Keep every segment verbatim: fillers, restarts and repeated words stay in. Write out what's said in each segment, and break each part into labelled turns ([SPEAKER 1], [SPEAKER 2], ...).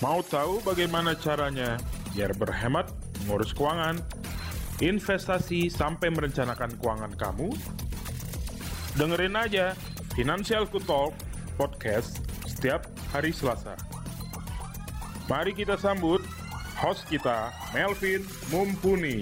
[SPEAKER 1] Mau tahu bagaimana caranya biar berhemat, mengurus keuangan, investasi sampai merencanakan keuangan kamu? Dengerin aja Financialku Talk Podcast setiap hari Selasa. Mari kita sambut host kita, Melvin Mumpuni.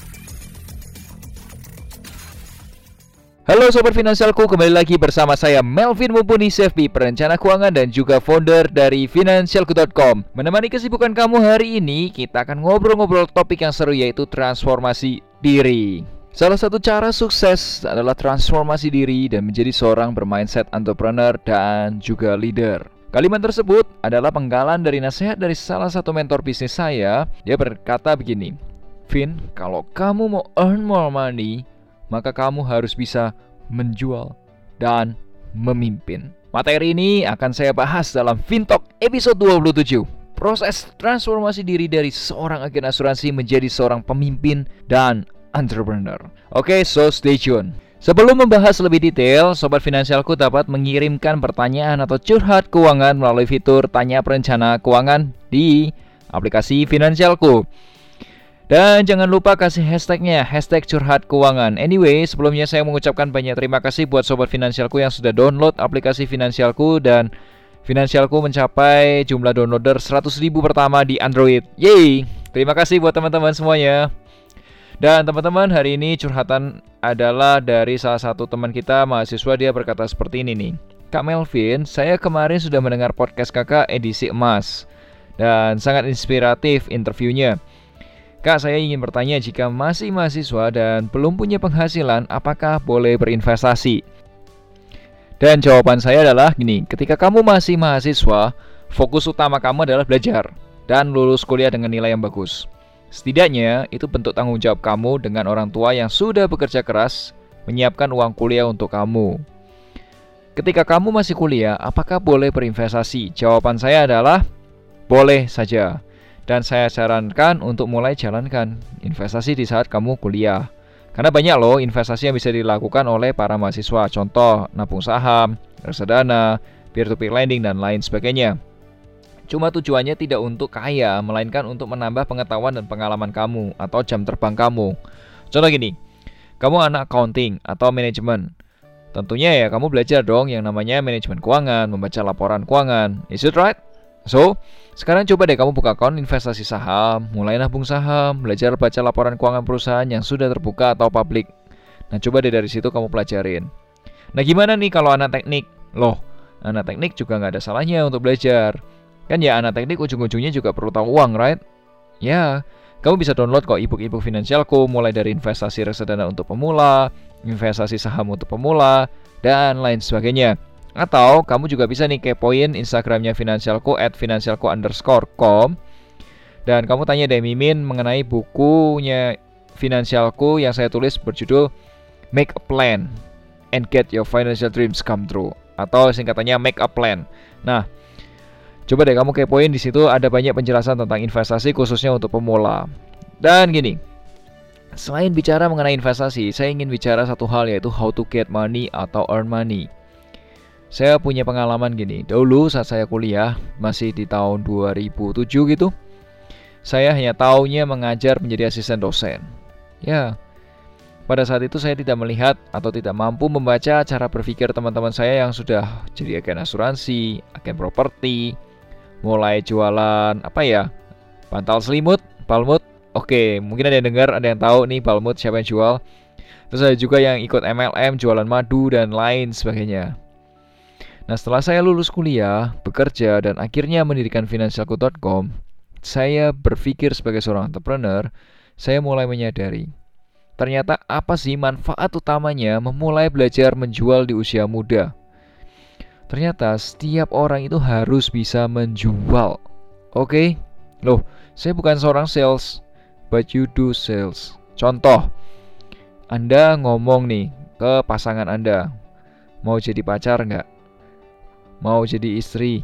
[SPEAKER 2] Halo Sobat Finansialku, kembali lagi bersama saya Melvin Mumpuni, C F P, perencana keuangan dan juga founder dari Financialku dot com. Menemani kesibukan kamu hari ini, kita akan ngobrol-ngobrol topik yang seru, yaitu transformasi diri. Salah satu cara sukses adalah transformasi diri dan menjadi seorang bermindset entrepreneur dan juga leader. Kalimat tersebut adalah penggalan dari nasihat dari salah satu mentor bisnis saya. Dia berkata begini, Vin, kalau kamu mau earn more money, maka kamu harus bisa menjual dan memimpin. Materi ini akan saya bahas dalam Fintalk episode dua puluh tujuh. Proses transformasi diri dari seorang agen asuransi menjadi seorang pemimpin dan entrepreneur. Oke, so stay tune. Sebelum membahas lebih detail, Sobat Finansialku dapat mengirimkan pertanyaan atau curhat keuangan melalui fitur Tanya Perencana Keuangan di aplikasi Finansialku. Dan jangan lupa kasih hashtagnya, hashtag curhat keuangan. Anyway, sebelumnya saya mengucapkan banyak terima kasih buat Sobat Finansialku yang sudah download aplikasi Finansialku. Dan Finansialku mencapai jumlah downloader seratus ribu pertama di Android. Yeay, terima kasih buat teman-teman semuanya. Dan teman-teman, hari ini curhatan adalah dari salah satu teman kita, mahasiswa. Dia berkata seperti ini nih, Kak Melvin, saya kemarin sudah mendengar podcast kakak edisi emas dan sangat inspiratif interviewnya. Kak, saya ingin bertanya, jika masih mahasiswa dan belum punya penghasilan, apakah boleh berinvestasi? Dan jawaban saya adalah gini, ketika kamu masih mahasiswa, fokus utama kamu adalah belajar dan lulus kuliah dengan nilai yang bagus. Setidaknya, itu bentuk tanggung jawab kamu dengan orang tua yang sudah bekerja keras menyiapkan uang kuliah untuk kamu. Ketika kamu masih kuliah, apakah boleh berinvestasi? Jawaban saya adalah boleh saja. Dan saya sarankan untuk mulai jalankan investasi di saat kamu kuliah. Karena banyak loh investasi yang bisa dilakukan oleh para mahasiswa. Contoh, nabung saham, reksadana, peer-to-peer lending, dan lain sebagainya. Cuma tujuannya tidak untuk kaya, melainkan untuk menambah pengetahuan dan pengalaman kamu atau jam terbang kamu. Contoh gini, kamu anak accounting atau manajemen. Tentunya ya kamu belajar dong yang namanya manajemen keuangan, membaca laporan keuangan. Is it right? So, sekarang coba deh kamu buka akun investasi saham, mulai nabung saham, belajar baca laporan keuangan perusahaan yang sudah terbuka atau publik. Nah, coba deh dari situ kamu pelajarin. Nah, gimana nih kalau anak teknik? Loh, anak teknik juga nggak ada salahnya untuk belajar. Kan ya anak teknik ujung-ujungnya juga perlu tahu uang, right? Ya, kamu bisa download kok ebook-ebook Finansialku, mulai dari investasi reksadana untuk pemula, investasi saham untuk pemula, dan lain sebagainya. Atau kamu juga bisa nih kepoin Instagramnya Finansialku at finansialku underscore com. Dan kamu tanya deh Mimin mengenai bukunya Finansialku yang saya tulis berjudul Make a Plan and Get Your Financial Dreams Come True, atau singkatannya Make a Plan. Nah, coba deh kamu kepoin, di situ ada banyak penjelasan tentang investasi khususnya untuk pemula. Dan gini, selain bicara mengenai investasi, saya ingin bicara satu hal, yaitu how to get money atau earn money. Saya punya pengalaman gini, dulu saat saya kuliah, masih di tahun dua ribu tujuh gitu, saya hanya taunya mengajar menjadi asisten dosen. Ya, pada saat itu saya tidak melihat atau tidak mampu membaca cara berpikir teman-teman saya yang sudah jadi agen asuransi, agen properti, mulai jualan apa ya, bantal selimut, palmut. Oke, mungkin ada yang dengar, ada yang tahu nih palmut siapa yang jual. Terus ada juga yang ikut M L M, jualan madu dan lain sebagainya. Nah, setelah saya lulus kuliah, bekerja, dan akhirnya mendirikan Financialku dot com, saya berpikir sebagai seorang entrepreneur, saya mulai menyadari, ternyata apa sih manfaat utamanya memulai belajar menjual di usia muda? Ternyata setiap orang itu harus bisa menjual. Oke? Loh, saya bukan seorang sales, but you do sales. Contoh, Anda ngomong nih ke pasangan Anda, mau jadi pacar nggak? Mau jadi istri,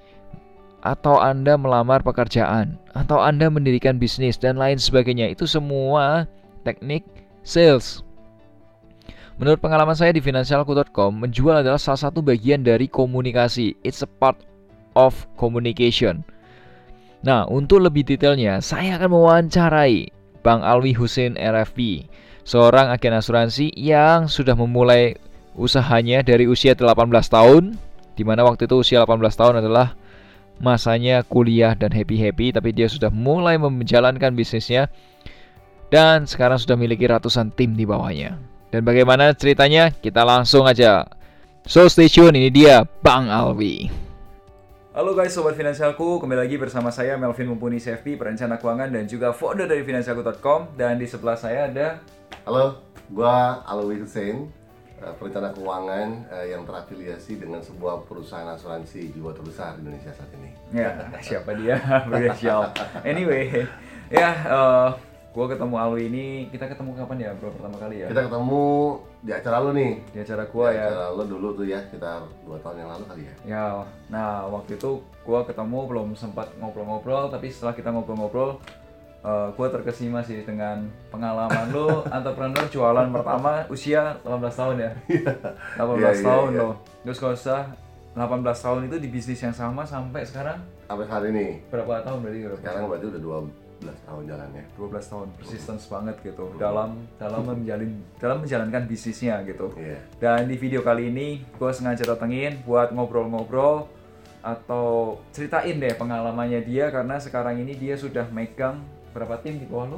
[SPEAKER 2] atau Anda melamar pekerjaan, atau Anda mendirikan bisnis dan lain sebagainya. Itu semua teknik sales. Menurut pengalaman saya di Financialku dot com, menjual adalah salah satu bagian dari komunikasi. It's a part of communication. Nah, untuk lebih detailnya, saya akan mewawancarai Bang Alwi Hussein R F P, seorang agen asuransi yang sudah memulai usahanya dari usia delapan belas tahun, di mana waktu itu usia delapan belas tahun adalah masanya kuliah dan happy-happy, tapi dia sudah mulai menjalankan bisnisnya dan sekarang sudah memiliki ratusan tim di bawahnya. Dan bagaimana ceritanya? Kita langsung aja. So stay tune, ini dia Bang Alwi. Halo guys, Sobat Finansialku, kembali lagi bersama saya Melvin Mumpuni C F P, perencana keuangan dan juga founder dari finansialku dot com. Dan di sebelah saya ada...
[SPEAKER 3] Halo, gua Alwi Hussein, perencana keuangan yang terafiliasi dengan sebuah perusahaan asuransi jiwa terbesar di Indonesia saat ini.
[SPEAKER 2] Ya, siapa dia? Bersiap. Anyway, ya, uh, gua ketemu Alwi ini, kita ketemu kapan ya bro, pertama kali ya?
[SPEAKER 3] Kita ketemu di acara lu nih.
[SPEAKER 2] Di acara gua
[SPEAKER 3] di
[SPEAKER 2] ya.
[SPEAKER 3] Acara lu dulu tuh ya, sekitar dua tahun yang lalu kali ya.
[SPEAKER 2] Ya, nah waktu itu gua ketemu belum sempat ngobrol-ngobrol, tapi setelah kita ngobrol-ngobrol, uh, gua terkesima sih dengan pengalaman lu entrepreneur jualan pertama usia delapan belas tahun ya. delapan belas
[SPEAKER 3] yeah,
[SPEAKER 2] tahun
[SPEAKER 3] yeah,
[SPEAKER 2] loh. Terus kalau usah delapan belas tahun itu di bisnis yang sama sampai sekarang
[SPEAKER 3] sampai hari ini.
[SPEAKER 2] Berapa tahun berarti? Berapa
[SPEAKER 3] Sekarang berarti udah dua belas tahun jalannya.
[SPEAKER 2] dua belas tahun persistence banget gitu hmm. dalam dalam menjalin dalam menjalankan bisnisnya gitu.
[SPEAKER 3] Yeah.
[SPEAKER 2] Dan di video kali ini gue sengaja datengin buat ngobrol-ngobrol atau ceritain deh pengalamannya dia, karena sekarang ini dia sudah megang berapa tim di bawah lo?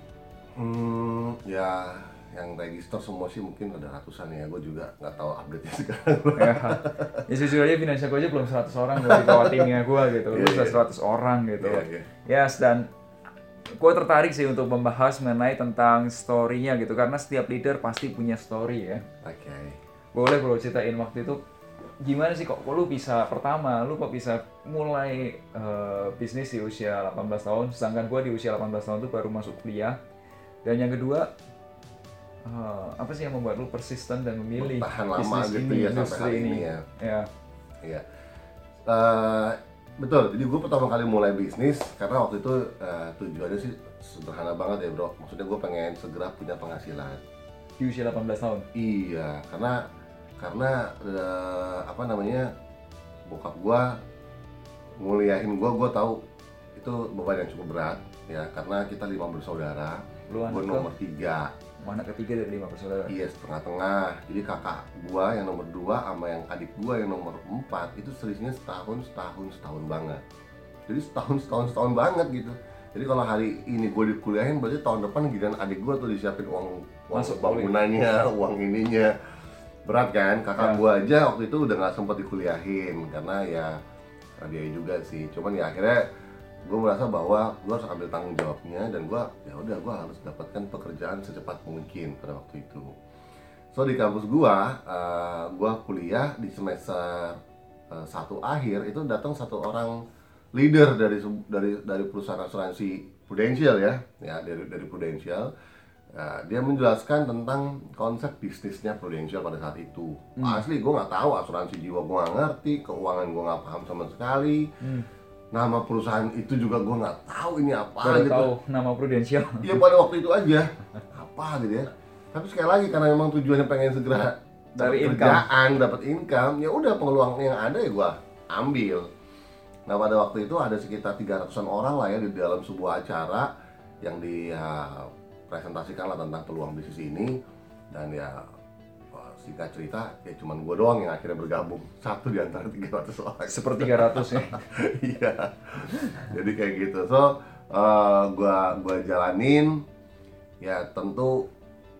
[SPEAKER 3] Hmm, ya yang register semua sih mungkin ada ratusan ya, gue juga nggak tahu update-nya sekarang.
[SPEAKER 2] Ya, ya jujur aja finansial gue aja belum seratus orang gue di bawah timnya gue gitu, yeah, lu sudah yeah. seratus orang gitu.
[SPEAKER 3] Yeah, yeah.
[SPEAKER 2] Yes, dan gue tertarik sih untuk membahas mengenai tentang story-nya gitu, karena setiap leader pasti punya story ya.
[SPEAKER 3] Oke. Okay.
[SPEAKER 2] Boleh bro ceritain waktu itu gimana sih kok, kok lu bisa pertama lu kok bisa mulai uh, bisnis di usia delapan belas tahun, sedangkan gue di usia delapan belas tahun tuh baru masuk kuliah. Dan yang kedua, uh, apa sih yang membuat lu persisten dan memilih
[SPEAKER 3] bertahan lama
[SPEAKER 2] bisnis
[SPEAKER 3] gitu
[SPEAKER 2] ini,
[SPEAKER 3] ya sampai hari ini, ini ya.
[SPEAKER 2] Ya.
[SPEAKER 3] Iya. Uh, betul. Jadi gue pertama kali mulai bisnis karena waktu itu uh, tujuannya sih sederhana banget ya bro. Maksudnya gue pengen segera punya penghasilan.
[SPEAKER 2] Di usia delapan belas tahun?
[SPEAKER 3] Iya, karena karena uh, apa namanya bokap gue nguliahin gue, gue tahu itu beban yang cukup berat ya, karena kita lima bersaudara.
[SPEAKER 2] Lu
[SPEAKER 3] gue nomor tiga.
[SPEAKER 2] Anak ketiga dari lima bersaudara?
[SPEAKER 3] Iya, setengah-tengah. Jadi kakak gua yang nomor dua sama yang adik gua yang nomor empat itu selisihnya setahun, setahun, setahun banget. Jadi setahun, setahun, setahun banget gitu. Jadi kalau hari ini gua dikuliahin, berarti tahun depan giliran adik gua tuh disiapin uang, uang
[SPEAKER 2] masuk
[SPEAKER 3] bangunannya, uang ininya. Berat kan? Kakak ya. Gua aja waktu itu udah nggak sempat dikuliahin karena ya karena biaya juga sih. Cuman ya akhirnya gue merasa bahwa gue harus ambil tanggung jawabnya dan gue ya udah gue harus dapatkan pekerjaan secepat mungkin pada waktu itu. So di kampus gue, uh, gue kuliah di semester uh, satu akhir itu datang satu orang leader dari dari dari perusahaan asuransi Prudential ya, ya dari dari Prudential. Uh, dia menjelaskan tentang konsep bisnisnya Prudential pada saat itu. Hmm. Asli gue nggak tahu asuransi jiwa, gue nggak ngerti, keuangan gue nggak paham sama sekali. Hmm. Nama perusahaan itu juga gue nggak tahu ini apa.
[SPEAKER 2] Baru
[SPEAKER 3] gitu.
[SPEAKER 2] Tahu nama Prudential.
[SPEAKER 3] Iya pada waktu itu aja. Apa gitu ya. Tapi sekali lagi karena memang tujuannya pengen segera
[SPEAKER 2] dari
[SPEAKER 3] kerjaan, dapat income, ya udah peluang yang ada ya gue ambil. Nah pada waktu itu ada sekitar tiga ratusan orang lah ya di dalam sebuah acara yang dipresentasikan lah tentang peluang bisnis ini. Dan ya singkat cerita, ya cuman gue doang yang akhirnya bergabung. Satu di antara tiga ratus orang.
[SPEAKER 2] Seperti tiga ratus ya?
[SPEAKER 3] Iya. Jadi kayak gitu. So, uh, gue gua jalanin. Ya tentu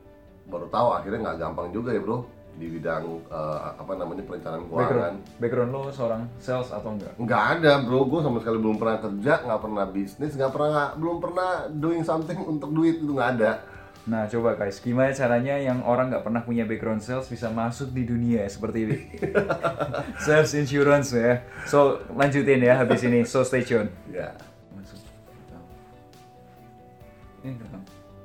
[SPEAKER 3] baru tahu akhirnya nggak gampang juga ya bro. Di bidang, uh, apa namanya, perencanaan keuangan.
[SPEAKER 2] Background, background lo seorang sales atau enggak?
[SPEAKER 3] Nggak ada bro, gue sama sekali belum pernah kerja, nggak pernah bisnis, nggak pernah, belum pernah doing something untuk duit, itu nggak ada.
[SPEAKER 2] Nah coba guys, gimana caranya yang orang nggak pernah punya background sales bisa masuk di dunia seperti ini? Sales insurance ya. So lanjutin ya habis ini, so stay tune.
[SPEAKER 3] Ya.
[SPEAKER 2] Masuk. Ini rekam.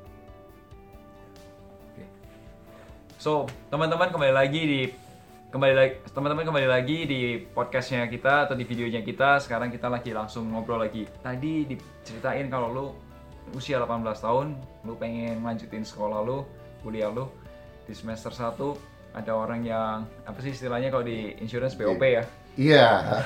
[SPEAKER 2] Oke. So teman-teman kembali lagi di kembali lagi teman-teman kembali lagi di podcastnya kita atau di videonya kita. Sekarang kita lagi langsung ngobrol lagi. Tadi diceritain kalau lu usia delapan belas tahun, lu pengen lanjutin sekolah lu, kuliah lu. Di semester satu ada orang yang, apa sih istilahnya kalau di insurance B O P ya?
[SPEAKER 3] Iya.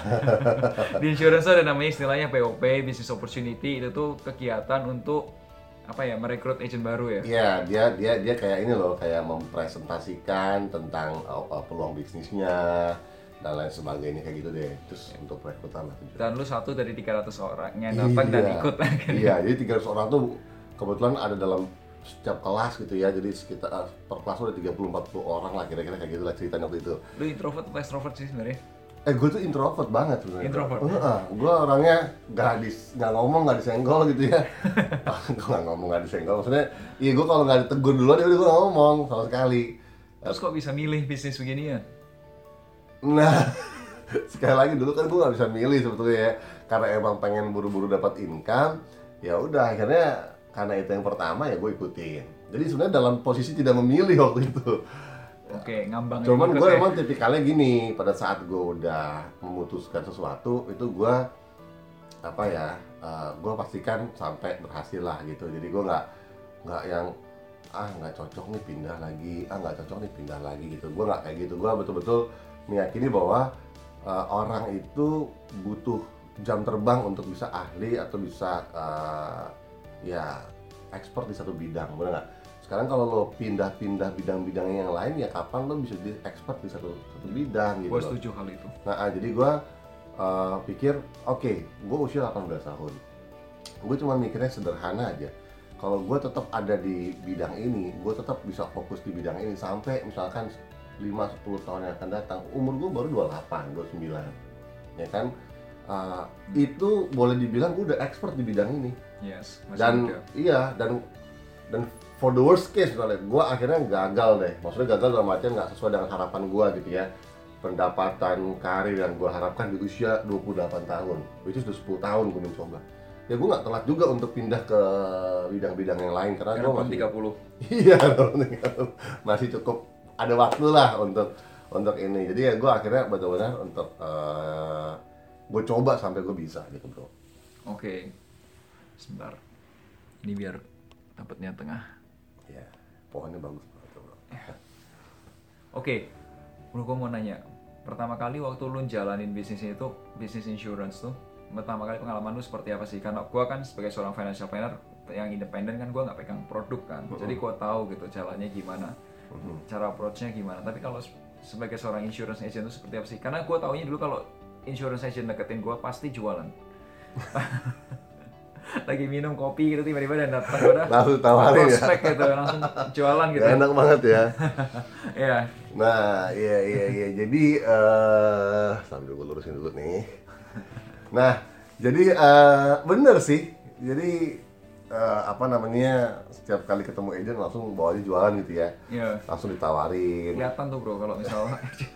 [SPEAKER 2] Di insurance ada namanya istilahnya P O P, business opportunity. Itu tuh kegiatan untuk apa ya, merekrut agent baru ya?
[SPEAKER 3] Iya, dia dia dia kayak ini loh, kayak mempresentasikan tentang uh, peluang bisnisnya dan lain sebagainya kayak gitu deh. Terus untuk perekrutan lah.
[SPEAKER 2] Dan lu satu dari tiga ratus orang yang datang dan ikut.
[SPEAKER 3] Iya, jadi tiga ratus orang tuh kebetulan ada dalam setiap kelas gitu ya. Jadi sekitar uh, per kelas udah tiga puluh sampai empat puluh orang lah kira-kira kayak gitu lah ceritanya waktu itu.
[SPEAKER 2] Lu introvert atau extrovert sih sebenarnya?
[SPEAKER 3] Eh, gue tuh introvert banget sebenarnya.
[SPEAKER 2] Introvert?
[SPEAKER 3] Uh, gue orangnya gak, dis, gak ngomong, gak disenggol gitu ya. Gue gak ngomong, gak disenggol. Maksudnya, iya gue kalau gak ditegur duluan, ya udah gue gak ngomong sama sekali.
[SPEAKER 2] Terus kok bisa milih bisnis begini ya?
[SPEAKER 3] Nah, sekali lagi dulu kan gue gak bisa milih sebetulnya ya. Karena emang pengen buru-buru dapat income, ya udah akhirnya karena itu yang pertama ya gue ikutin. Jadi sebenarnya dalam posisi tidak memilih waktu itu.
[SPEAKER 2] Oke, ngambang.
[SPEAKER 3] Cuman gue emang tipikalnya gini, pada saat gue udah memutuskan sesuatu itu gue apa ya, uh, gue pastikan sampai berhasil lah gitu. Jadi gue nggak nggak yang ah nggak cocok nih pindah lagi, ah nggak cocok nih pindah lagi gitu. Gue nggak kayak gitu. Gue betul-betul meyakini bahwa uh, orang itu butuh jam terbang untuk bisa ahli atau bisa uh, ya expert di satu bidang, benar nggak? Sekarang kalau lo pindah-pindah bidang-bidang yang lain ya kapan lo bisa jadi expert di satu satu bidang gitu.
[SPEAKER 2] Gue setuju hal itu.
[SPEAKER 3] Nah, jadi gue uh, pikir oke, okay, gue usia delapan belas tahun. Gue cuma mikirnya sederhana aja. Kalau gue tetap ada di bidang ini, gue tetap bisa fokus di bidang ini sampai misalkan lima sampai sepuluh tahun yang akan datang. Umur gue baru dua puluh delapan, dua puluh sembilan. Ya kan? Uh, hmm. Itu boleh dibilang gue udah expert di bidang ini.
[SPEAKER 2] Yes, masih
[SPEAKER 3] dan
[SPEAKER 2] muda.
[SPEAKER 3] Iya, dan dan for the worst case misalnya, gue akhirnya gagal deh. Maksudnya gagal dalam artian nggak sesuai dengan harapan gue gitu ya. Pendapatan karir yang gue harapkan di usia dua puluh delapan tahun, itu sudah sepuluh tahun gue mencoba. Ya gue nggak telat juga untuk pindah ke bidang-bidang yang lain karena gue masih
[SPEAKER 2] tiga puluh.
[SPEAKER 3] Iya, masih cukup ada waktu lah untuk untuk ini. Jadi ya gue akhirnya benar-benar untuk uh, gue coba sampai gue bisa gitu bro.
[SPEAKER 2] Oke, sebentar. Ini biar dapatnya tengah.
[SPEAKER 3] Ya, pohonnya bagus banget bro.
[SPEAKER 2] Oke, bro, gue mau nanya. Pertama kali waktu lu jalanin bisnisnya itu, bisnis insurance tuh, pertama kali pengalaman lu seperti apa sih? Karena gue kan sebagai seorang financial planner yang independen kan gue nggak pegang produk kan, uh-huh. Jadi gue tahu gitu jalannya gimana, uh-huh. Cara approach-nya gimana. Tapi kalau sebagai seorang insurance agent itu seperti apa sih? Karena gue taunya dulu kalau insurance agent deketin gue pasti jualan. Lagi minum kopi gitu tiba-tiba dan datang udah
[SPEAKER 3] langsung tawarin ya,
[SPEAKER 2] prospek gitu, langsung jualan gitu.
[SPEAKER 3] Enak banget ya.
[SPEAKER 2] Iya.
[SPEAKER 3] Nah, iya iya iya. Jadi uh, sambil gue lurusin dulu nih. Nah, jadi uh, bener sih. Jadi uh, apa namanya, setiap kali ketemu agent langsung bawanya jualan gitu ya.
[SPEAKER 2] Iya.
[SPEAKER 3] Langsung ditawarin.
[SPEAKER 2] Kelihatan tuh bro kalau misalnya.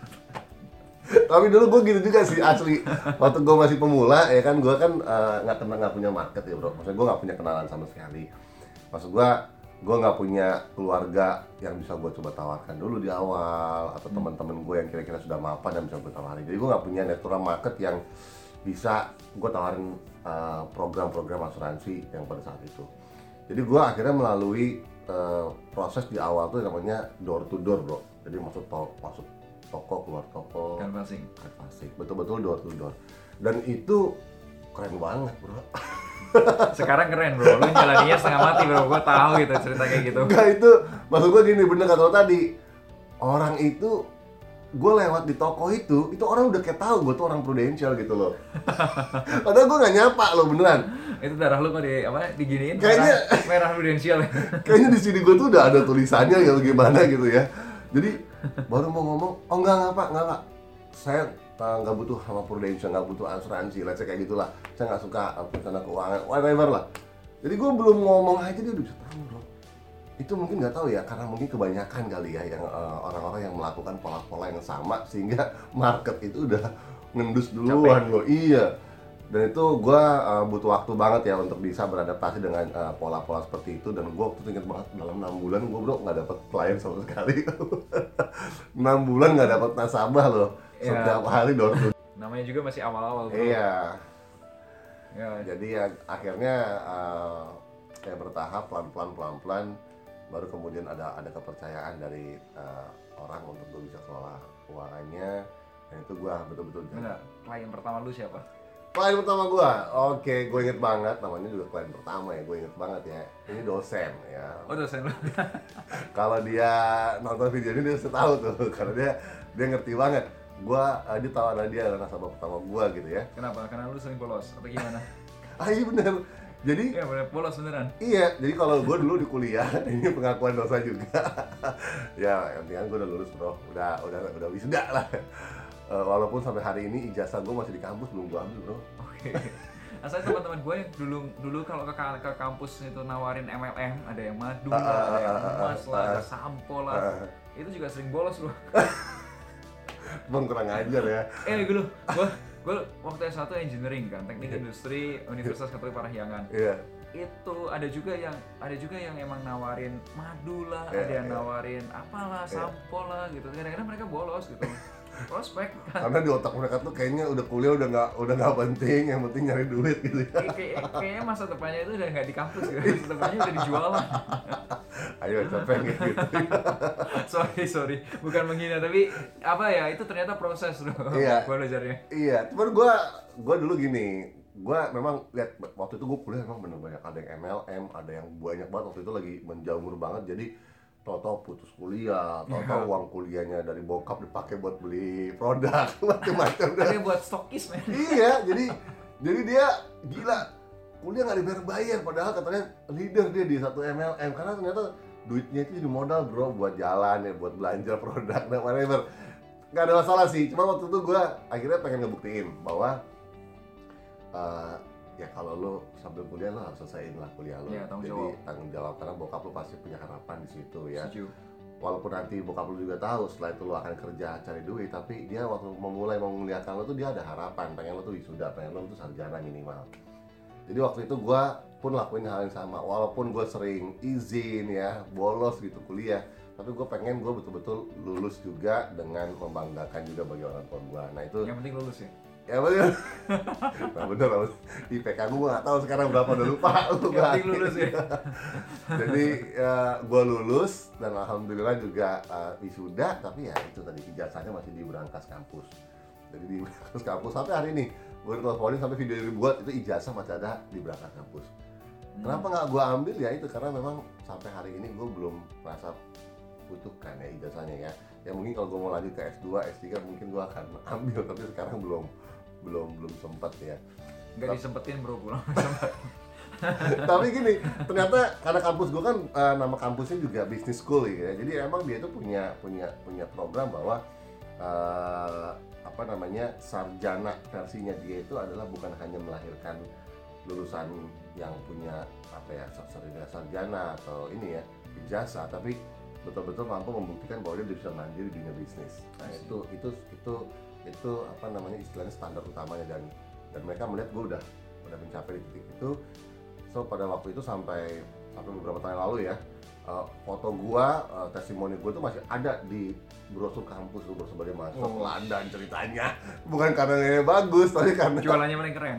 [SPEAKER 3] Tapi dulu gue gitu juga sih asli. Waktu gue masih pemula ya kan, gue kan nggak uh, kenal, nggak punya market ya bro. Maksudnya gue nggak punya kenalan sama sekali. Maksud gue, gue nggak punya keluarga yang bisa gue coba tawarkan dulu di awal, atau hmm. teman-teman gue yang kira-kira sudah mapan dan bisa gue tawarin. Jadi gue nggak punya network market yang bisa gue tawarin uh, program-program asuransi yang pada saat itu. Jadi gue akhirnya melalui uh, proses di awal tuh namanya door to door bro. Jadi masuk to- masuk toko, keluar toko,
[SPEAKER 2] canvassing,
[SPEAKER 3] canvassing, betul-betul door to door. Dan itu keren banget bro.
[SPEAKER 2] Sekarang keren bro, lu jalaninya setengah mati bro, gue tahu gitu cerita kayak gitu.
[SPEAKER 3] Enggak, itu maksud gue gini, bener kata lo tadi, orang itu, gue lewat di toko itu, itu orang udah kayak tahu gue tuh orang Prudential gitu loh. Padahal gue nggak nyapa lo beneran.
[SPEAKER 2] Itu darah lu kok di apa diginiin?
[SPEAKER 3] Kayaknya
[SPEAKER 2] merah, merah Prudential.
[SPEAKER 3] Kayaknya di sini gue tuh udah ada tulisannya ya gimana gitu ya. Jadi baru mau ngomong, oh enggak enggak pak, enggak pak, saya nggak butuh sama Prudential, nggak butuh asuransi, let's say kayak gitulah. Saya nggak suka perencana keuangan, whatever lah. Jadi gue belum ngomong aja dia udah bisa tahu bro. Itu mungkin nggak tahu ya, karena mungkin kebanyakan kali ya yang uh, orang-orang yang melakukan pola-pola yang sama sehingga market itu udah ngendus duluan loh. Iya. Dan itu gue uh, butuh waktu banget ya untuk bisa beradaptasi dengan uh, pola-pola seperti itu. Dan gue waktu itu inget banget, dalam enam bulan gue bro nggak dapet klien sama sekali. enam bulan nggak dapet nasabah loh. Ya. Setiap hari door to door.
[SPEAKER 2] Namanya juga masih awal-awal bro.
[SPEAKER 3] Iya.
[SPEAKER 2] Ya.
[SPEAKER 3] Jadi ya akhirnya uh, kayak bertahap pelan-pelan pelan-pelan baru kemudian ada ada kepercayaan dari uh, orang untuk gue bisa kelola keuangannya. Nah itu gue betul-betul jago.
[SPEAKER 2] Benar. Klien pertama lu siapa?
[SPEAKER 3] Klien pertama gue, oke, gue inget banget, namanya juga klien pertama ya, gue inget banget ya. Ini dosen ya.
[SPEAKER 2] Oh dosen lu.
[SPEAKER 3] Kalau dia nonton video ini dia pasti tahu tuh, karena dia dia ngerti banget. Gue, uh, dia tahu ada dia nasabah pertama gue gitu ya.
[SPEAKER 2] Kenapa? Karena lu sering bolos atau gimana?
[SPEAKER 3] Ah iya bener. Jadi
[SPEAKER 2] Iya bener, bolos beneran.
[SPEAKER 3] iya, jadi kalau gue dulu di kuliah, ini pengakuan dosa juga. Ya, yang penting gue udah lulus bro, udah udah udah wisuda lah. Uh, walaupun sampai hari ini ijazah gue masih di kampus belum gue ambil bro.
[SPEAKER 2] Oke. Asalnya teman-teman gue yang dulu dulu kalau ke, ke kampus itu nawarin M L M, ada yang madu lah, ada yang emas lah, ada sampo lah, itu juga sering bolos loh.
[SPEAKER 3] Bang kurang ajar ya.
[SPEAKER 2] Eh gue gue gue waktu S satu engineering kan, teknik industri Universitas Katolik Parahyangan.
[SPEAKER 3] Iya.
[SPEAKER 2] Itu ada juga yang ada juga yang emang nawarin madu lah,
[SPEAKER 3] Yeah,
[SPEAKER 2] ada yang
[SPEAKER 3] yeah.
[SPEAKER 2] nawarin apalah,
[SPEAKER 3] Yeah.
[SPEAKER 2] sampo lah gitu. Kadang-kadang mereka bolos gitu. Prospek kan.
[SPEAKER 3] Karena di otak mereka tuh kayaknya udah kuliah udah nggak udah nggak penting, yang penting nyari duit gitu ya.
[SPEAKER 2] Kayak- kayak- Kayaknya masa depannya itu udah nggak di kampus gitu. Masa depannya udah dijualan.
[SPEAKER 3] Ayo capek gitu.
[SPEAKER 2] sorry sorry, bukan menghina tapi apa ya itu ternyata proses loh.
[SPEAKER 3] Iya.
[SPEAKER 2] Gue belajarnya.
[SPEAKER 3] Iya, cuman gua gua dulu gini, gua memang lihat waktu itu gua kuliah memang bener banyak, ada yang M L M, ada yang banyak banget waktu itu lagi menjamur banget, jadi tau-tau putus kuliah, tau-tau uang kuliahnya dari bokap dipakai buat beli produk macam-macam.
[SPEAKER 2] Ada yang buat stokis men.
[SPEAKER 3] Iya, jadi jadi dia gila kuliah nggak dibayar-bayar, padahal katanya leader dia di satu M L M, karena ternyata duitnya itu jadi modal bro buat jalan ya, buat belanja produk dan whatever. Nggak ada masalah sih, cuma waktu itu gue akhirnya pengen ngebuktiin bahwa uh, ya kalau lo sambil kuliah lo harus selesaiin lah kuliah lo.
[SPEAKER 2] Iya, tanggung
[SPEAKER 3] Jadi
[SPEAKER 2] jawab.
[SPEAKER 3] tanggung jawab, karena bokap lo pasti punya harapan di situ ya.
[SPEAKER 2] Setuju.
[SPEAKER 3] Walaupun nanti bokap lo juga tahu setelah itu lo akan kerja cari duit, tapi dia waktu memulai menguliakan lo tuh dia ada harapan, pengen lo tuh wisuda, pengen lo tuh sarjana minimal. Jadi waktu itu gue pun lakuin hal yang sama, walaupun gue sering izin ya, bolos gitu kuliah, tapi gue pengen gue betul-betul lulus juga dengan membanggakan juga bagi orang tua gue. Nah itu
[SPEAKER 2] Yang penting lulus ya.
[SPEAKER 3] ya bener. Nah bener, I P K gue nggak tahu sekarang berapa, udah lupa.
[SPEAKER 2] Yang penting lulus ya.
[SPEAKER 3] Jadi ya, gue lulus dan alhamdulillah juga uh, wisuda, tapi ya itu tadi ijazahnya masih di berangkas kampus. Jadi di berangkas kampus sampai hari ini gue teleponin sampai video yang dibuat itu ijazah masih ada di berangkas kampus.
[SPEAKER 2] Hmm.
[SPEAKER 3] Kenapa nggak gue ambil ya itu karena memang sampai hari ini gue belum merasa butuhkan ya ijazahnya ya. Ya mungkin kalau gue mau lanjut ke S dua, S tiga mungkin gue akan ambil, tapi sekarang belum belum belum sempat ya.
[SPEAKER 2] Nggak disempetin bro, belum sempat.
[SPEAKER 3] Tapi gini, ternyata karena kampus gue kan uh, nama kampusnya juga business school ya. Jadi emang dia itu punya punya punya program bahwa uh, apa namanya sarjana versinya dia itu adalah bukan hanya melahirkan lulusan yang punya apa ya sarjana sarjana atau ini ya ijazah, tapi betul-betul mampu membuktikan bahwa dia bisa mandiri di dunia bisnis. Nah itu itu itu itu apa namanya istilahnya standar utamanya, dan dan mereka melihat gue udah udah mencapai di titik itu. So pada waktu itu sampai sampai beberapa tahun lalu ya, uh, foto gue, uh, testimoni gue tuh masih ada di brosur kampus tuh, brosur bagaimana masuk
[SPEAKER 2] Oh.
[SPEAKER 3] London ceritanya, bukan karena ini bagus tapi karena
[SPEAKER 2] Jualannya paling keren.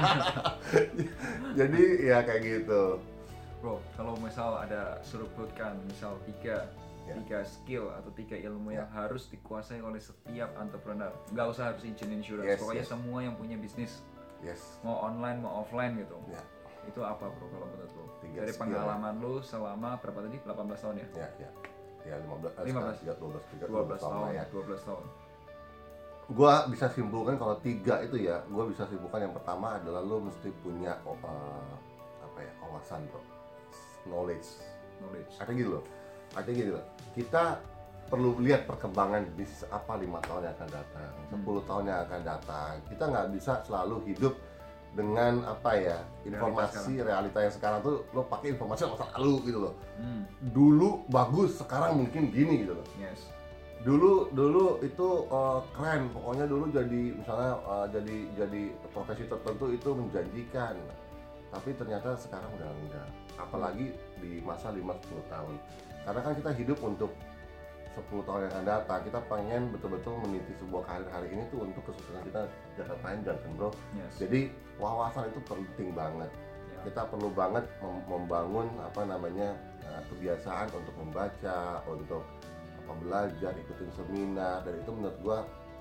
[SPEAKER 3] jadi ya kayak gitu.
[SPEAKER 2] Bro, kalau misal ada seruputkan misal tiga
[SPEAKER 3] Ya.
[SPEAKER 2] tiga skill atau tiga ilmu
[SPEAKER 3] Ya.
[SPEAKER 2] yang harus dikuasai oleh setiap entrepreneur, nggak usah harus izin insurance,
[SPEAKER 3] Yes,
[SPEAKER 2] pokoknya
[SPEAKER 3] yes.
[SPEAKER 2] semua yang punya bisnis,
[SPEAKER 3] Yes.
[SPEAKER 2] mau online mau offline gitu,
[SPEAKER 3] Ya.
[SPEAKER 2] itu apa bro kalau menurut lo?
[SPEAKER 3] Tiga
[SPEAKER 2] Dari
[SPEAKER 3] skill,
[SPEAKER 2] pengalaman lo selama berapa tadi? delapan belas tahun ya?
[SPEAKER 3] Ya, ya. Ya lima belas,
[SPEAKER 2] lima belas.
[SPEAKER 3] tiga, dua belas, tiga,
[SPEAKER 2] dua belas
[SPEAKER 3] tahun
[SPEAKER 2] tahun,
[SPEAKER 3] lah ya.
[SPEAKER 2] dua belas tahun.
[SPEAKER 3] Gua bisa simpulkan kalau tiga itu ya, gua bisa simpulkan yang pertama adalah lo mesti punya oh, uh, apa ya, wawasan bro, knowledge.
[SPEAKER 2] Knowledge.
[SPEAKER 3] Artinya gini loh, artinya gini loh, kita perlu lihat perkembangan bisnis apa lima tahun yang akan datang, sepuluh tahun yang akan datang. Kita nggak bisa selalu hidup dengan apa ya, informasi realita, realita yang sekarang tuh lo pakai informasi masa lalu gitu loh.
[SPEAKER 2] Hmm.
[SPEAKER 3] Dulu bagus, sekarang mungkin gini gitu loh.
[SPEAKER 2] Yes.
[SPEAKER 3] Dulu dulu itu uh, keren, pokoknya dulu jadi misalnya uh, jadi jadi profesi tertentu itu menjanjikan. Tapi ternyata sekarang udah enggak. Apalagi di masa lima sampai sepuluh tahun. Karena kan kita hidup untuk sepuluh tahun yang akan datang. Kita pengen betul-betul meniti sebuah karir hari ini tuh untuk kesuksesan kita jangka panjang kan bro.
[SPEAKER 2] Yes.
[SPEAKER 3] Jadi wawasan itu penting banget.
[SPEAKER 2] Ya.
[SPEAKER 3] Kita perlu banget mem- membangun apa namanya uh, kebiasaan untuk membaca, untuk apa belajar, ikutin seminar, dan itu menurut gua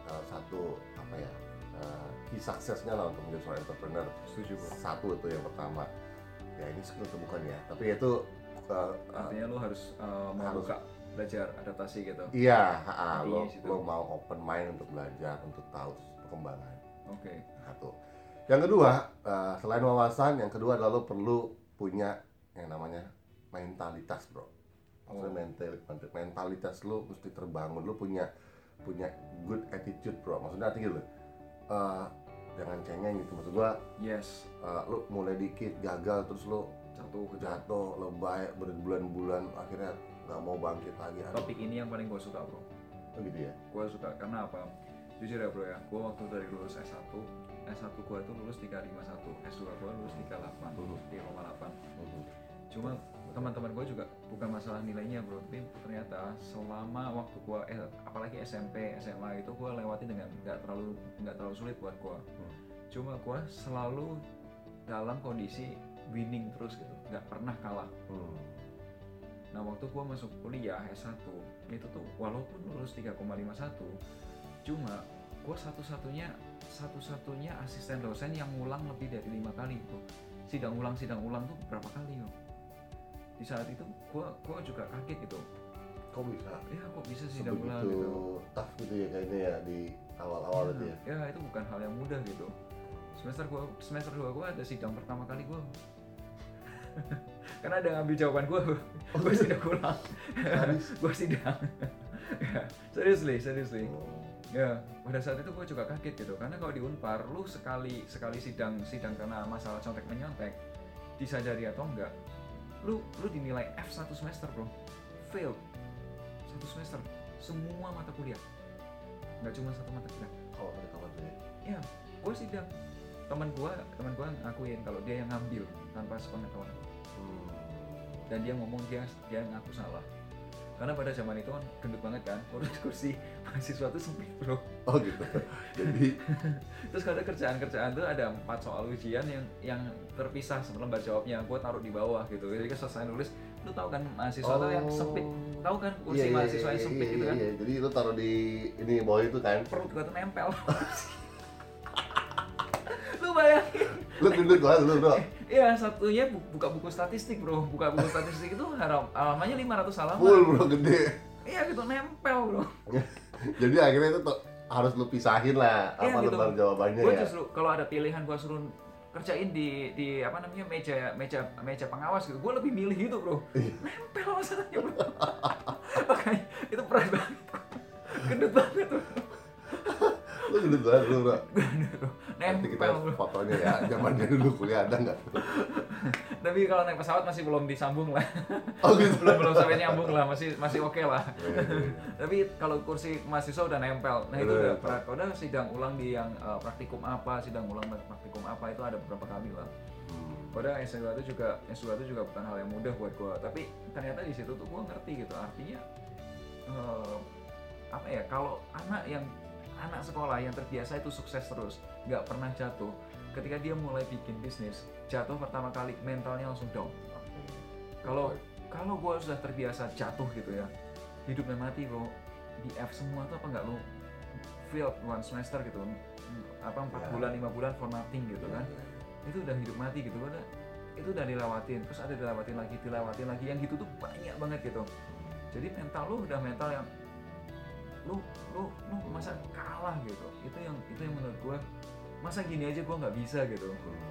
[SPEAKER 3] uh, satu apa ya uh, key suksesnya lah untuk menjadi seorang entrepreneur.
[SPEAKER 2] Setuju bro.
[SPEAKER 3] Satu itu yang pertama. Ya ini skill itu bukan ya, tapi itu uh,
[SPEAKER 2] artinya lo harus uh, mau buka belajar adaptasi gitu.
[SPEAKER 3] Iya, ha, lo,
[SPEAKER 2] situ.
[SPEAKER 3] lo mau open mind untuk belajar, untuk tahu perkembangan.
[SPEAKER 2] Oke. Okay.
[SPEAKER 3] Satu. Yang kedua, uh, selain wawasan, yang kedua adalah lo perlu punya yang namanya mentalitas, bro. Maksudnya
[SPEAKER 2] Oh.
[SPEAKER 3] mental, mentalitas lo mesti terbangun. Lo punya punya good attitude, bro. Maksudnya artinya lo uh, jangan cengeng gitu. Maksud gua,
[SPEAKER 2] yes.
[SPEAKER 3] Uh, lo mulai dikit gagal terus lo
[SPEAKER 2] Jatuh,
[SPEAKER 3] jatuh, lebay berbulan-bulan, akhirnya nggak mau bangkit lagi.
[SPEAKER 2] Topik ini yang paling gue suka bro.
[SPEAKER 3] Oh gitu ya?
[SPEAKER 2] Gue suka karena apa? Jujur ya bro ya, gue waktu dari lulus S satu S satu gue itu lulus tiga koma lima satu, S dua gue lulus tiga koma delapan, tiga koma delapan. Cuma teman-teman gue juga bukan masalah nilainya bro, tapi ternyata selama waktu gue, eh, apalagi S M P, S M A itu gue lewati dengan nggak terlalu nggak terlalu sulit buat gue. Hmm. Cuma gue selalu dalam kondisi winning terus gitu, nggak pernah kalah. Hmm. Nah waktu gue masuk kuliah S satu itu tuh walaupun lulus tiga koma lima satu, cuma gue satu-satunya satu-satunya asisten dosen yang ngulang lebih dari lima kali bro. Sidang ulang sidang ulang tuh berapa kali bro? Di saat itu gue gue juga kaget gitu.
[SPEAKER 3] Kok bisa?
[SPEAKER 2] Ya kok bisa sidang ulang gitu?
[SPEAKER 3] Tough gitu ya kayaknya ya di awal-awal itu ya?
[SPEAKER 2] Ya itu bukan hal yang mudah gitu. Semester gua semester dua gue ada sidang pertama kali gue. Karena ada ngambil jawaban gue, oh, gue sidang ulang, gue sidang. Ya, seriously, seriously. Oh. Ya, pada saat itu gue juga kaget gitu, karena kalau di Unpar, lu sekali sekali sidang sidang karena masalah contek menyontek, disadari atau enggak, lu lu dinilai F satu semester bro, fail satu semester, semua mata kuliah, nggak cuma satu mata kuliah.
[SPEAKER 3] Oh, ada kawan tuh ya?
[SPEAKER 2] Ya, gue sidang. Teman gue, teman gue ngakuin kalau dia yang ngambil tanpa sepengetahuan. Hmm. Dan dia ngomong dia dia ngaku salah. Karena pada zaman itu kan gendut banget kan, kursi mahasiswa itu sempit bro.
[SPEAKER 3] Oh gitu. Jadi
[SPEAKER 2] terus kalau kerjaan-kerjaan tuh ada empat soal ujian yang yang terpisah lembar jawabnya, gue taruh di bawah gitu. Jadi kan selesai nulis, lu tahu kan mahasiswa oh. tuh yang sempit, tahu kan kursi iya, mahasiswa iya, yang sempit iya, gitu kan?
[SPEAKER 3] Iya, jadi lu taruh di ini bawah itu kan?
[SPEAKER 2] Perut gue tuh nempel. Lu bayangin.
[SPEAKER 3] Lu gendut banget lu bro.
[SPEAKER 2] Iya, satunya buka buku statistik bro, buka buku statistik itu halamannya lima ratus halaman.
[SPEAKER 3] Full bro, gede.
[SPEAKER 2] Iya gitu, nempel bro.
[SPEAKER 3] Jadi akhirnya itu tuh harus lu pisahin lah apa
[SPEAKER 2] iya, gitu.
[SPEAKER 3] lembar jawabannya
[SPEAKER 2] gua
[SPEAKER 3] ya.
[SPEAKER 2] Justru kalau ada pilihan gua suruh kerjain di di apa namanya meja meja meja pengawas gitu, gua lebih milih itu bro. Nempel masalahnya bro. Makanya itu berat banget, gendut banget bro.
[SPEAKER 3] Lu gendut banget bro, bro.
[SPEAKER 2] Nanti
[SPEAKER 3] kita fotonya ya, zaman dulu kuliah ada nggak?
[SPEAKER 2] Tapi kalau naik pesawat masih belum disambung lah.
[SPEAKER 3] Oh gitu?
[SPEAKER 2] belum belum sampai nyambung lah, masih masih oke okay lah. Tapi kalau kursi mahasiswa udah nempel, nah itu udah pra, udah sidang ulang di yang uh, praktikum apa, sidang ulang praktikum apa itu ada beberapa kali lah. Padahal S dua itu juga S dua itu juga bukan hal yang mudah buat gua, tapi ternyata di situ tuh gua ngerti gitu, artinya uh, apa ya, kalau anak yang anak sekolah yang terbiasa itu sukses terus, nggak pernah jatuh. Ketika dia mulai bikin bisnis, jatuh pertama kali mentalnya langsung down. Kalau kalau gue sudah terbiasa jatuh gitu ya, hidup dan mati bro, di F semua tuh apa nggak lo failed one semester gitu, apa empat bulan lima bulan for nothing gitu kan, itu udah hidup mati gitu, udah itu udah dilewatin, terus ada dilewatin lagi, dilewatin lagi, yang gitu tuh banyak banget gitu. Jadi mental lo udah mental yang lu lu lu masa kalah gitu, itu yang itu yang menurut gue, masa gini aja gue nggak bisa gitu.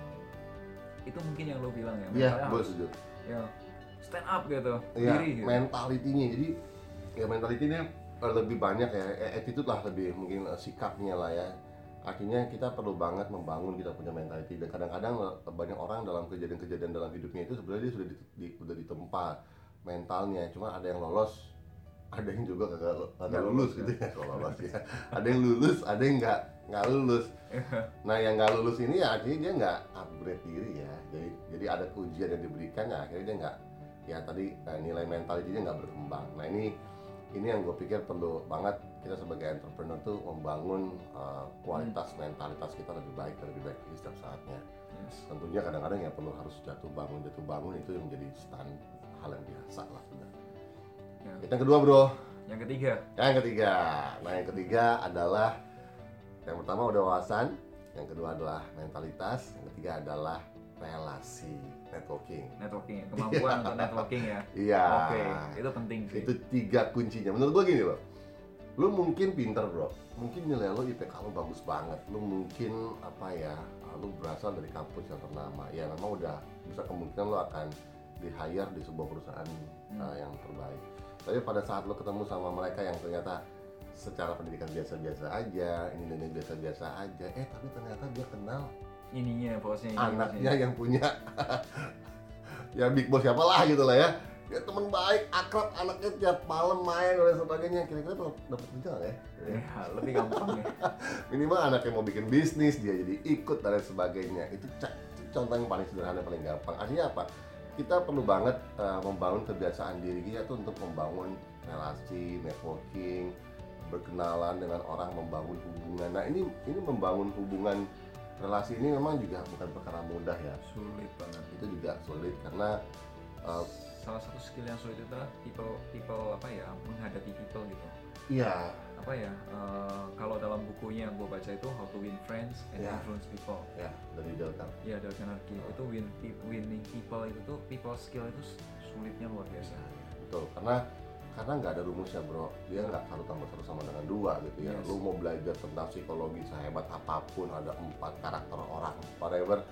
[SPEAKER 2] Itu mungkin yang lo bilang ya,
[SPEAKER 3] iya gue setuju
[SPEAKER 2] ya, stand up gitu,
[SPEAKER 3] ya,
[SPEAKER 2] diri gitu.
[SPEAKER 3] Mentalitinya, jadi ya mentalitinya lebih banyak ya, attitude lah lebih mungkin sikapnya lah ya. Artinya kita perlu banget membangun kita punya mentality, dan kadang-kadang banyak orang dalam kejadian-kejadian dalam hidupnya itu sebenarnya dia sudah di, di, udah ditempa mentalnya, cuma ada yang lolos, ada yang juga kagak kagak lulus gitu ya, kalau lolos ya. Ada yang lulus, ada yang nggak nggak lulus. Nah yang nggak lulus ini ya akhirnya dia nggak upgrade diri ya. Jadi jadi ada ujian yang diberikan ya akhirnya dia nggak, ya tadi nilai mentalitinya nggak berkembang. Nah ini ini yang gue pikir perlu banget kita sebagai entrepreneur tuh membangun uh, kualitas hmm. mentalitas kita lebih baik dan lebih baik di setiap saatnya. Yes. Tentunya kadang-kadang ya perlu harus jatuh bangun jatuh bangun itu yang menjadi stand hal yang biasa lah sudah. Ya. Yang kedua bro.
[SPEAKER 2] Yang ketiga.
[SPEAKER 3] Yang ketiga. Nah yang ketiga adalah Yang pertama udah wawasan, yang kedua adalah mentalitas, yang ketiga adalah relasi, networking.
[SPEAKER 2] Networking, kemampuan untuk networking ya.
[SPEAKER 3] Iya.
[SPEAKER 2] Oke, itu penting sih.
[SPEAKER 3] Itu tiga kuncinya. Menurut gua gini loh. Lu mungkin pinter bro, mungkin nilai lu I P K lu bagus banget, lu mungkin apa ya, lu berasal dari kampus yang ternama, ya memang udah bisa kemungkinan lu akan di hire di sebuah perusahaan hmm. uh, yang terbaik. Tapi pada saat lu ketemu sama mereka yang ternyata secara pendidikan biasa-biasa aja, ini ini biasa-biasa aja, eh tapi ternyata dia kenal
[SPEAKER 2] ininya, bosnya, ini,
[SPEAKER 3] anaknya
[SPEAKER 2] bosnya.
[SPEAKER 3] yang punya ya big boss siapa lah gitu lah ya. Ya teman baik, akrab, anaknya tiap malam main dan sebagainya. Kira-kira dapat kerja nggak ya?
[SPEAKER 2] Ya, lebih gampang ya.
[SPEAKER 3] Minimal anaknya mau bikin bisnis, dia jadi ikut dan sebagainya. Itu, c- itu contoh yang paling sederhana, paling gampang. Artinya apa? Kita perlu banget uh, membangun kebiasaan diri kita tuh untuk membangun relasi, networking, berkenalan dengan orang, membangun hubungan. Nah ini ini membangun hubungan relasi ini memang juga bukan perkara mudah ya.
[SPEAKER 2] Sulit banget.
[SPEAKER 3] Itu juga sulit karena uh,
[SPEAKER 2] salah satu skill yang sulit itu adalah people people apa ya, menghadapi people gitu.
[SPEAKER 3] iya.
[SPEAKER 2] Apa ya, uh, kalau dalam bukunya yang gue baca itu How to Win Friends and
[SPEAKER 3] Ya.
[SPEAKER 2] Influence People.
[SPEAKER 3] Ya, dari Dale Carnegie.
[SPEAKER 2] Ya, Dale Carnegie. Itu win, winning people itu tuh, people skill itu sulitnya luar biasa.
[SPEAKER 3] Betul, karena karena nggak ada rumusnya bro, dia nggak satu tambah satu sama dengan dua gitu ya.
[SPEAKER 2] Yes.
[SPEAKER 3] Lu mau belajar tentang psikologi sehebat apapun, ada empat karakter orang, whatever,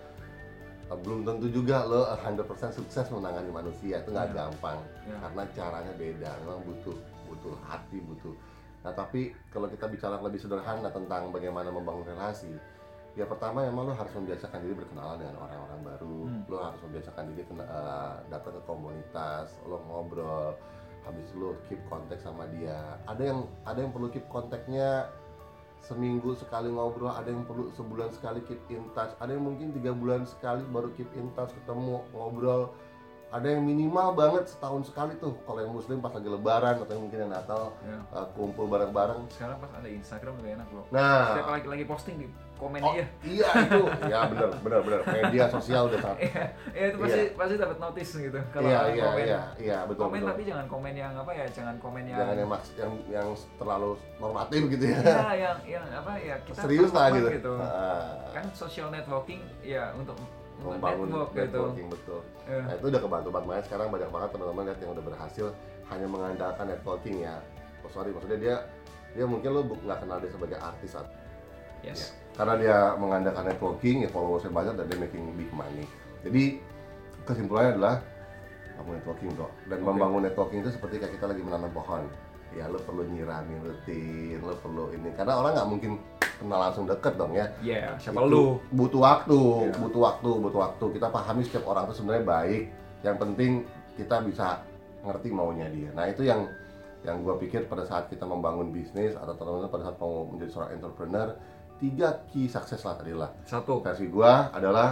[SPEAKER 3] belum tentu juga lo seratus persen sukses menangani manusia, itu nggak
[SPEAKER 2] Yeah.
[SPEAKER 3] gampang
[SPEAKER 2] Yeah.
[SPEAKER 3] karena caranya beda, memang butuh butuh hati, butuh. Nah tapi kalau kita bicara lebih sederhana tentang bagaimana membangun relasi, ya pertama memang lo harus membiasakan diri berkenalan dengan orang-orang baru,
[SPEAKER 2] Hmm.
[SPEAKER 3] lo harus membiasakan diri kena, uh, datang ke komunitas, lo ngobrol, habis lo keep kontak sama dia. Ada yang ada yang perlu keep kontaknya seminggu sekali ngobrol, ada yang perlu sebulan sekali keep in touch, ada yang mungkin tiga bulan sekali baru keep in touch, ketemu ngobrol, ada yang minimal banget setahun sekali tuh kalau yang muslim pas lagi lebaran atau yang mungkin yang Natal
[SPEAKER 2] Ya.
[SPEAKER 3] uh, kumpul bareng-bareng.
[SPEAKER 2] Sekarang pas ada Instagram lebih enak bro.
[SPEAKER 3] Nah,
[SPEAKER 2] Setiap lagi lagi posting di komen
[SPEAKER 3] oh,
[SPEAKER 2] aja.
[SPEAKER 3] iya itu, ya benar benar benar media sosial udah sangat.
[SPEAKER 2] Iya, iya, itu pasti pasti dapat notice gitu. Kalau
[SPEAKER 3] Iya
[SPEAKER 2] ada
[SPEAKER 3] iya
[SPEAKER 2] komen,
[SPEAKER 3] iya iya betul
[SPEAKER 2] komen
[SPEAKER 3] betul.
[SPEAKER 2] tapi jangan komen yang apa ya, jangan komen yang
[SPEAKER 3] Jangan yang maks- yang yang terlalu normatif gitu ya.
[SPEAKER 2] Iya, yang yang apa ya, kita
[SPEAKER 3] Serius lah
[SPEAKER 2] performa
[SPEAKER 3] gitu. Nah,
[SPEAKER 2] Kan social networking ya untuk untuk
[SPEAKER 3] membangun
[SPEAKER 2] network gitu.
[SPEAKER 3] networking betul.
[SPEAKER 2] Eh,
[SPEAKER 3] Nah itu udah kebantu banget, makanya sekarang banyak banget teman-teman lihat yang udah berhasil hanya mengandalkan networking ya. Oh sorry, maksudnya dia dia mungkin lo bu- nggak kenal dia sebagai artis atau
[SPEAKER 2] yes.
[SPEAKER 3] karena dia mengandalkan networking ya, followersnya banyak dan dia making big money. Jadi kesimpulannya adalah bangun networking bro. Dan
[SPEAKER 2] Oke.
[SPEAKER 3] membangun networking itu seperti kayak kita lagi menanam pohon. Ya lo perlu nyiramin rutin, lo perlu ini karena orang nggak mungkin kenal langsung deket dong ya.
[SPEAKER 2] Iya, siapa
[SPEAKER 3] Itu
[SPEAKER 2] lu?
[SPEAKER 3] butuh waktu,
[SPEAKER 2] Iya.
[SPEAKER 3] butuh waktu, butuh waktu. Kita pahami setiap orang itu sebenarnya baik. Yang penting kita bisa ngerti maunya dia. Nah itu yang yang gue pikir pada saat kita membangun bisnis atau teman-teman pada saat mau menjadi seorang entrepreneur, tiga key sukses lah tadi lah.
[SPEAKER 2] Satu.
[SPEAKER 3] Versi gue adalah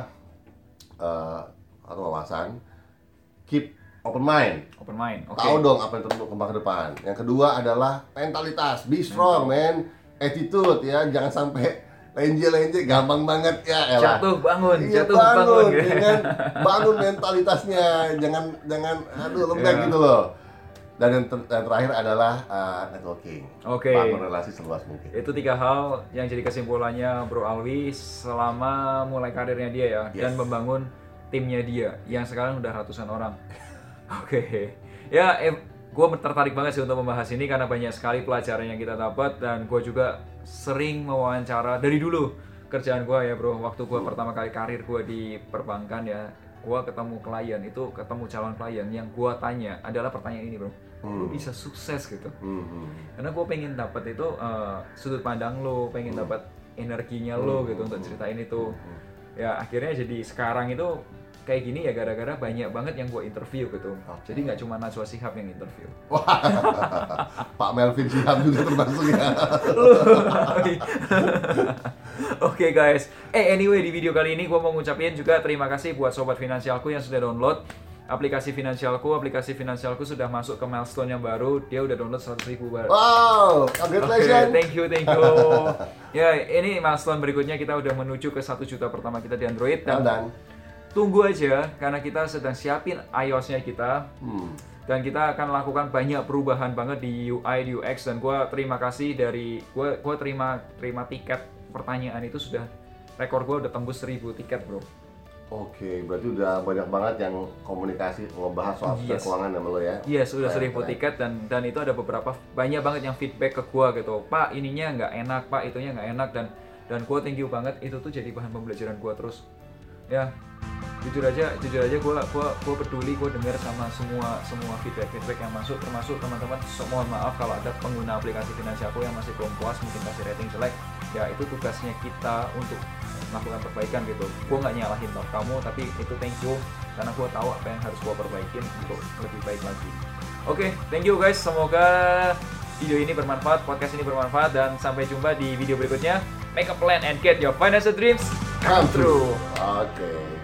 [SPEAKER 3] uh, atau wawasan, keep open mind.
[SPEAKER 2] Open mind. Oke.
[SPEAKER 3] Tahu dong apa yang terus kembang ke depan. Yang kedua adalah mentalitas, be strong man, attitude ya, jangan sampai lenje-lenje, gampang banget ya elah.
[SPEAKER 2] Jatuh bangun,
[SPEAKER 3] Iya,
[SPEAKER 2] jatuh bangun.
[SPEAKER 3] bangun, dengan bangun mentalitasnya, jangan jangan aduh lembek
[SPEAKER 2] Iya.
[SPEAKER 3] gitu loh. Dan yang, ter- yang terakhir adalah uh, networking.
[SPEAKER 2] Oke.
[SPEAKER 3] Bangun relasi seluas mungkin.
[SPEAKER 2] Itu tiga hal yang jadi kesimpulannya Bro Alwi selama mulai karirnya dia ya,
[SPEAKER 3] Yes.
[SPEAKER 2] dan membangun timnya dia yang sekarang udah ratusan orang. Oke, ya eh, gue tertarik banget sih untuk membahas ini karena banyak sekali pelajaran yang kita dapat dan gue juga sering mewawancara dari dulu kerjaan gue ya bro. Waktu gue pertama kali karir gue di perbankan ya, gue ketemu klien itu ketemu calon klien yang gue tanya adalah pertanyaan ini bro, lu
[SPEAKER 3] Hmm.
[SPEAKER 2] bisa sukses gitu?
[SPEAKER 3] Hmm, hmm.
[SPEAKER 2] Karena gue pengen dapat itu uh, sudut pandang lo, pengen dapat energinya lo gitu untuk ceritain itu.
[SPEAKER 3] Hmm.
[SPEAKER 2] Ya akhirnya jadi sekarang itu kayak gini ya gara-gara banyak banget yang gue interview gitu.
[SPEAKER 3] Oke.
[SPEAKER 2] Jadi nggak cuma Najwa Shihab yang interview.
[SPEAKER 3] Pak Melvin Shihab juga termasuk ya.
[SPEAKER 2] Oke guys, eh anyway di video kali ini gue mau ngucapin juga terima kasih buat sobat finansialku yang sudah download aplikasi finansialku. Aplikasi finansialku sudah masuk ke milestone yang baru. Dia udah download seratus ribu baru.
[SPEAKER 3] Wow,
[SPEAKER 2] Oke,
[SPEAKER 3] congratulations.
[SPEAKER 2] thank you, thank you. Ya, ini milestone berikutnya kita udah menuju ke satu juta pertama kita di Android dan
[SPEAKER 3] Well done.
[SPEAKER 2] tunggu aja karena kita sedang siapin iOS-nya kita.
[SPEAKER 3] Hmm.
[SPEAKER 2] Dan kita akan lakukan banyak perubahan banget di U I, di U X dan gue terima kasih dari gue gue terima terima tiket pertanyaan itu sudah rekor gue udah tembus seribu tiket bro.
[SPEAKER 3] Oke, berarti udah banyak banget yang komunikasi ngebahas soal
[SPEAKER 2] Yes.
[SPEAKER 3] keuangan sama lo ya?
[SPEAKER 2] Iya, yes, sudah
[SPEAKER 3] Keren,
[SPEAKER 2] seribu
[SPEAKER 3] keren.
[SPEAKER 2] tiket dan dan itu ada beberapa banyak banget yang feedback ke gua gitu. Pak, ininya nggak enak, Pak, itunya nggak enak dan dan gua thank you banget, itu tuh jadi bahan pembelajaran gua terus. Ya, jujur aja, jujur aja gua gua gua peduli, gua dengar sama semua semua feedback feedback yang masuk, termasuk teman-teman. So, mohon maaf kalau ada pengguna aplikasi Finansialku yang masih belum puas, mungkin kasih rating jelek. Ya itu tugasnya kita untuk melakukan perbaikan gitu. Gue nggak nyalahin kamu, tapi itu thank you karena gue tahu apa yang harus gue perbaikin untuk lebih baik lagi. Oke, okay, thank you guys. Semoga video ini bermanfaat, podcast ini bermanfaat, dan sampai jumpa di video berikutnya. Make a plan and get your financial dreams come true.
[SPEAKER 3] Oke.